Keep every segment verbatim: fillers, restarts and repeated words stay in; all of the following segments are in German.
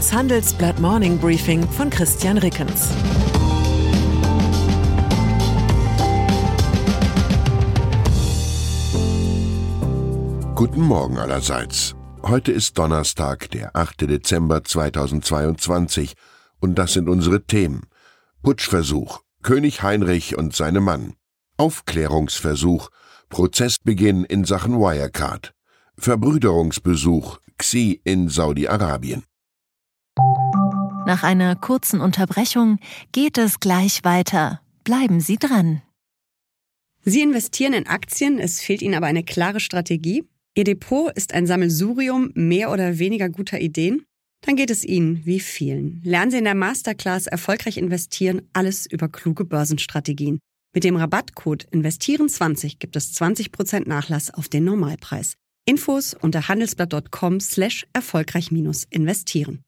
Das Handelsblatt Morning Briefing von Christian Rickens. Guten Morgen allerseits. Heute ist Donnerstag, der achte Dezember zweitausendzweiundzwanzig, und das sind unsere Themen. Putschversuch, König Heinrich und seine Mann. Aufklärungsversuch, Prozessbeginn in Sachen Wirecard. Verbrüderungsbesuch, Xi in Saudi-Arabien. Nach einer kurzen Unterbrechung geht es gleich weiter. Bleiben Sie dran. Sie investieren in Aktien, es fehlt Ihnen aber eine klare Strategie. Ihr Depot ist ein Sammelsurium mehr oder weniger guter Ideen. Dann geht es Ihnen wie vielen. Lernen Sie in der Masterclass Erfolgreich investieren, alles über kluge Börsenstrategien. Mit dem Rabattcode investieren zwanzig gibt es zwanzig Prozent Nachlass auf den Normalpreis. Infos unter handelsblatt.com slash erfolgreich minus investieren.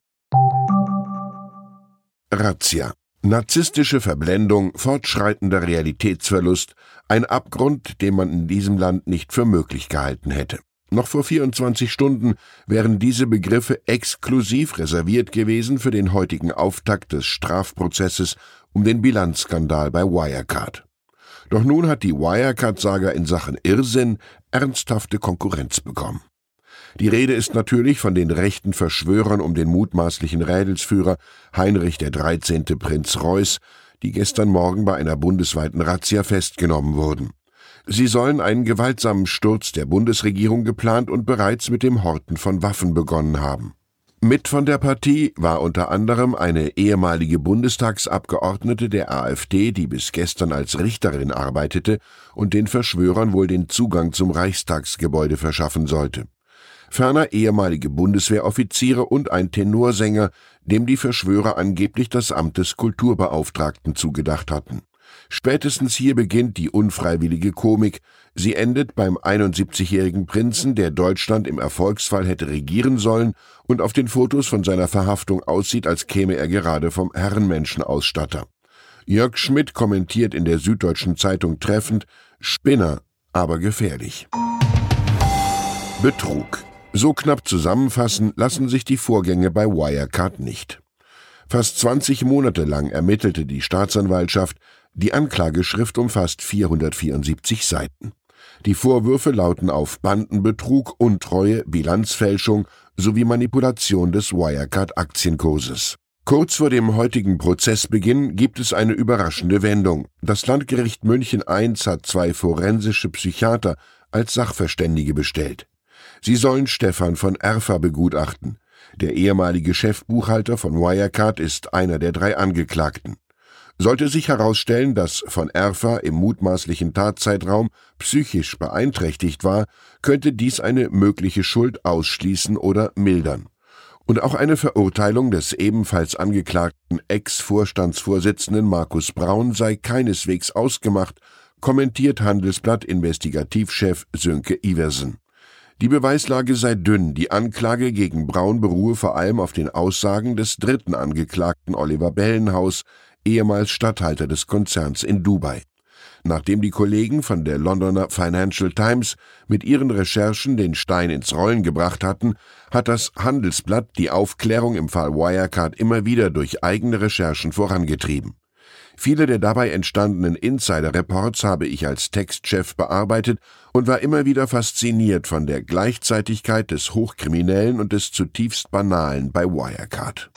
Razzia. Narzisstische Verblendung, fortschreitender Realitätsverlust, ein Abgrund, den man in diesem Land nicht für möglich gehalten hätte. Noch vor vierundzwanzig Stunden wären diese Begriffe exklusiv reserviert gewesen für den heutigen Auftakt des Strafprozesses um den Bilanzskandal bei Wirecard. Doch nun hat die Wirecard-Saga in Sachen Irrsinn ernsthafte Konkurrenz bekommen. Die Rede ist natürlich von den rechten Verschwörern um den mutmaßlichen Rädelsführer Heinrich der dreizehnte Prinz Reuß, die gestern Morgen bei einer bundesweiten Razzia festgenommen wurden. Sie sollen einen gewaltsamen Sturz der Bundesregierung geplant und bereits mit dem Horten von Waffen begonnen haben. Mit von der Partie war unter anderem eine ehemalige Bundestagsabgeordnete der AfD, die bis gestern als Richterin arbeitete und den Verschwörern wohl den Zugang zum Reichstagsgebäude verschaffen sollte. Ferner ehemalige Bundeswehroffiziere und ein Tenorsänger, dem die Verschwörer angeblich das Amt des Kulturbeauftragten zugedacht hatten. Spätestens hier beginnt die unfreiwillige Komik. Sie endet beim einundsiebzigjährigen Prinzen, der Deutschland im Erfolgsfall hätte regieren sollen und auf den Fotos von seiner Verhaftung aussieht, als käme er gerade vom Herrenmenschenausstatter. Jörg Schmidt kommentiert in der Süddeutschen Zeitung treffend: Spinner, aber gefährlich. Betrug. So knapp zusammenfassen lassen sich die Vorgänge bei Wirecard nicht. Fast zwanzig Monate lang ermittelte die Staatsanwaltschaft. Die Anklageschrift umfasst vierhundertvierundsiebzig Seiten. Die Vorwürfe lauten auf Bandenbetrug, Untreue, Bilanzfälschung sowie Manipulation des Wirecard-Aktienkurses. Kurz vor dem heutigen Prozessbeginn gibt es eine überraschende Wendung. Das Landgericht München eins hat zwei forensische Psychiater als Sachverständige bestellt. Sie sollen Stefan von Erfa begutachten. Der ehemalige Chefbuchhalter von Wirecard ist einer der drei Angeklagten. Sollte sich herausstellen, dass von Erfa im mutmaßlichen Tatzeitraum psychisch beeinträchtigt war, könnte dies eine mögliche Schuld ausschließen oder mildern. Und auch eine Verurteilung des ebenfalls angeklagten Ex-Vorstandsvorsitzenden Markus Braun sei keineswegs ausgemacht, kommentiert Handelsblatt-Investigativchef Sönke Iversen. Die Beweislage sei dünn, die Anklage gegen Braun beruhe vor allem auf den Aussagen des dritten Angeklagten Oliver Bellenhaus, ehemals Statthalter des Konzerns in Dubai. Nachdem die Kollegen von der Londoner Financial Times mit ihren Recherchen den Stein ins Rollen gebracht hatten, hat das Handelsblatt die Aufklärung im Fall Wirecard immer wieder durch eigene Recherchen vorangetrieben. Viele der dabei entstandenen Insider-Reports habe ich als Textchef bearbeitet und war immer wieder fasziniert von der Gleichzeitigkeit des Hochkriminellen und des zutiefst Banalen bei Wirecard.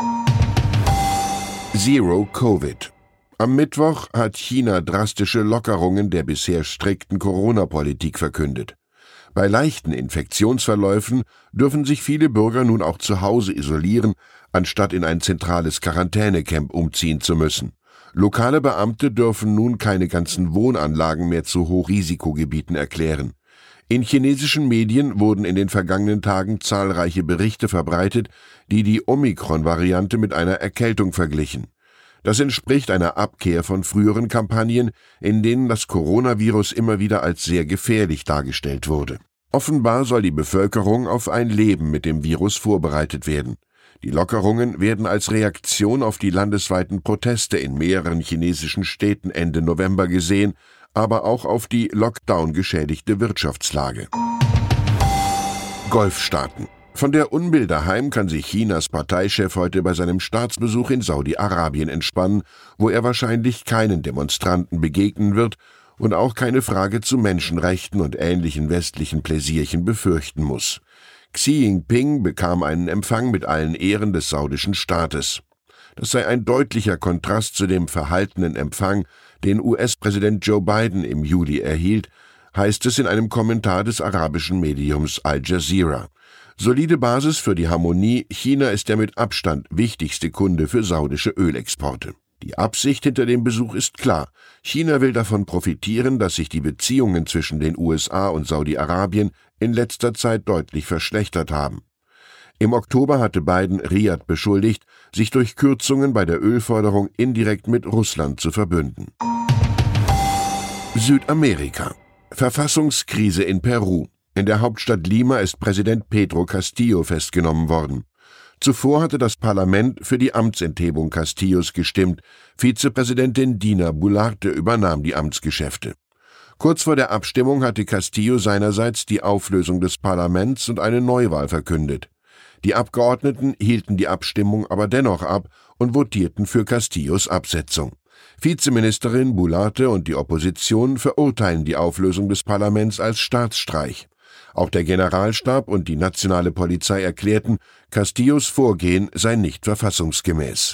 Zero Covid. Am Mittwoch hat China drastische Lockerungen der bisher strikten Corona-Politik verkündet. Bei leichten Infektionsverläufen dürfen sich viele Bürger nun auch zu Hause isolieren, anstatt in ein zentrales Quarantänecamp umziehen zu müssen. Lokale Beamte dürfen nun keine ganzen Wohnanlagen mehr zu Hochrisikogebieten erklären. In chinesischen Medien wurden in den vergangenen Tagen zahlreiche Berichte verbreitet, die die Omikron-Variante mit einer Erkältung verglichen. Das entspricht einer Abkehr von früheren Kampagnen, in denen das Coronavirus immer wieder als sehr gefährlich dargestellt wurde. Offenbar soll die Bevölkerung auf ein Leben mit dem Virus vorbereitet werden. Die Lockerungen werden als Reaktion auf die landesweiten Proteste in mehreren chinesischen Städten Ende November gesehen, aber auch auf die Lockdown-geschädigte Wirtschaftslage. Golfstaaten. Von der Unbill daheim kann sich Chinas Parteichef heute bei seinem Staatsbesuch in Saudi-Arabien entspannen, wo er wahrscheinlich keinen Demonstranten begegnen wird und auch keine Frage zu Menschenrechten und ähnlichen westlichen Pläsierchen befürchten muss. Xi Jinping bekam einen Empfang mit allen Ehren des saudischen Staates. Das sei ein deutlicher Kontrast zu dem verhaltenen Empfang, den U S-Präsident Joe Biden im Juli erhielt, heißt es in einem Kommentar des arabischen Mediums Al Jazeera. Solide Basis für die Harmonie, China ist der mit Abstand wichtigste Kunde für saudische Ölexporte. Die Absicht hinter dem Besuch ist klar. China will davon profitieren, dass sich die Beziehungen zwischen den U S A und Saudi-Arabien in letzter Zeit deutlich verschlechtert haben. Im Oktober hatte Biden Riad beschuldigt, sich durch Kürzungen bei der Ölförderung indirekt mit Russland zu verbünden. Südamerika. Verfassungskrise in Peru. In der Hauptstadt Lima ist Präsident Pedro Castillo festgenommen worden. Zuvor hatte das Parlament für die Amtsenthebung Castillos gestimmt. Vizepräsidentin Dina Boluarte übernahm die Amtsgeschäfte. Kurz vor der Abstimmung hatte Castillo seinerseits die Auflösung des Parlaments und eine Neuwahl verkündet. Die Abgeordneten hielten die Abstimmung aber dennoch ab und votierten für Castillos Absetzung. Vizeministerin Boluarte und die Opposition verurteilen die Auflösung des Parlaments als Staatsstreich. Auch der Generalstab und die nationale Polizei erklärten, Castillos Vorgehen sei nicht verfassungsgemäß.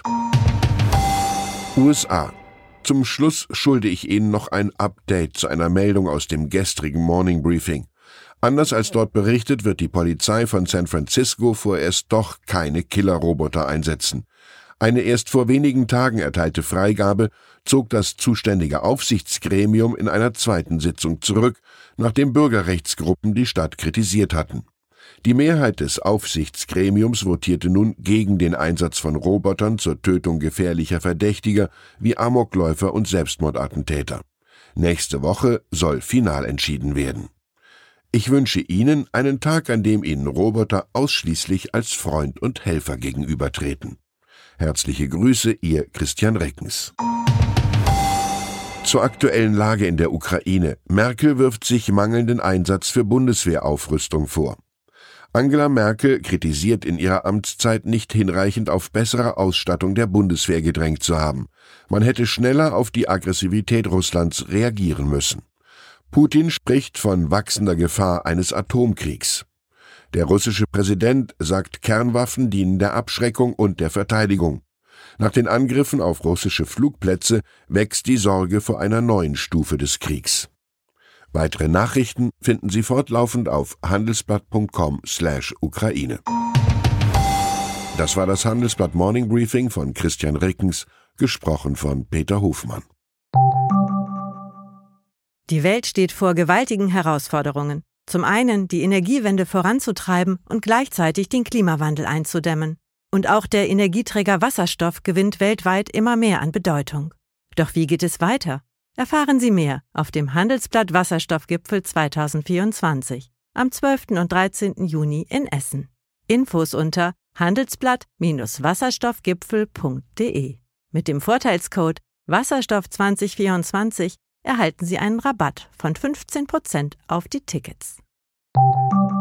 U S A. Zum Schluss schulde ich Ihnen noch ein Update zu einer Meldung aus dem gestrigen Morning Briefing. Anders als dort berichtet, wird die Polizei von San Francisco vorerst doch keine Killerroboter einsetzen. Eine erst vor wenigen Tagen erteilte Freigabe zog das zuständige Aufsichtsgremium in einer zweiten Sitzung zurück, nachdem Bürgerrechtsgruppen die Stadt kritisiert hatten. Die Mehrheit des Aufsichtsgremiums votierte nun gegen den Einsatz von Robotern zur Tötung gefährlicher Verdächtiger wie Amokläufer und Selbstmordattentäter. Nächste Woche soll final entschieden werden. Ich wünsche Ihnen einen Tag, an dem Ihnen Roboter ausschließlich als Freund und Helfer gegenübertreten. Herzliche Grüße, Ihr Christian Reckens. Zur aktuellen Lage in der Ukraine. Merkel wirft sich mangelnden Einsatz für Bundeswehraufrüstung vor. Angela Merkel kritisiert in ihrer Amtszeit nicht hinreichend auf bessere Ausstattung der Bundeswehr gedrängt zu haben. Man hätte schneller auf die Aggressivität Russlands reagieren müssen. Putin spricht von wachsender Gefahr eines Atomkriegs. Der russische Präsident sagt, Kernwaffen dienen der Abschreckung und der Verteidigung. Nach den Angriffen auf russische Flugplätze wächst die Sorge vor einer neuen Stufe des Kriegs. Weitere Nachrichten finden Sie fortlaufend auf handelsblatt punkt com slash Ukraine. Das war das Handelsblatt Morning Briefing von Christian Rickens, gesprochen von Peter Hofmann. Die Welt steht vor gewaltigen Herausforderungen. Zum einen die Energiewende voranzutreiben und gleichzeitig den Klimawandel einzudämmen. Und auch der Energieträger Wasserstoff gewinnt weltweit immer mehr an Bedeutung. Doch wie geht es weiter? Erfahren Sie mehr auf dem Handelsblatt Wasserstoffgipfel zwanzig vierundzwanzig am zwölften und dreizehnten Juni in Essen. Infos unter handelsblatt Wasserstoffgipfel punkt de. Mit dem Vorteilscode Wasserstoff zwanzig vierundzwanzig erhalten Sie einen Rabatt von fünfzehn Prozent auf die Tickets.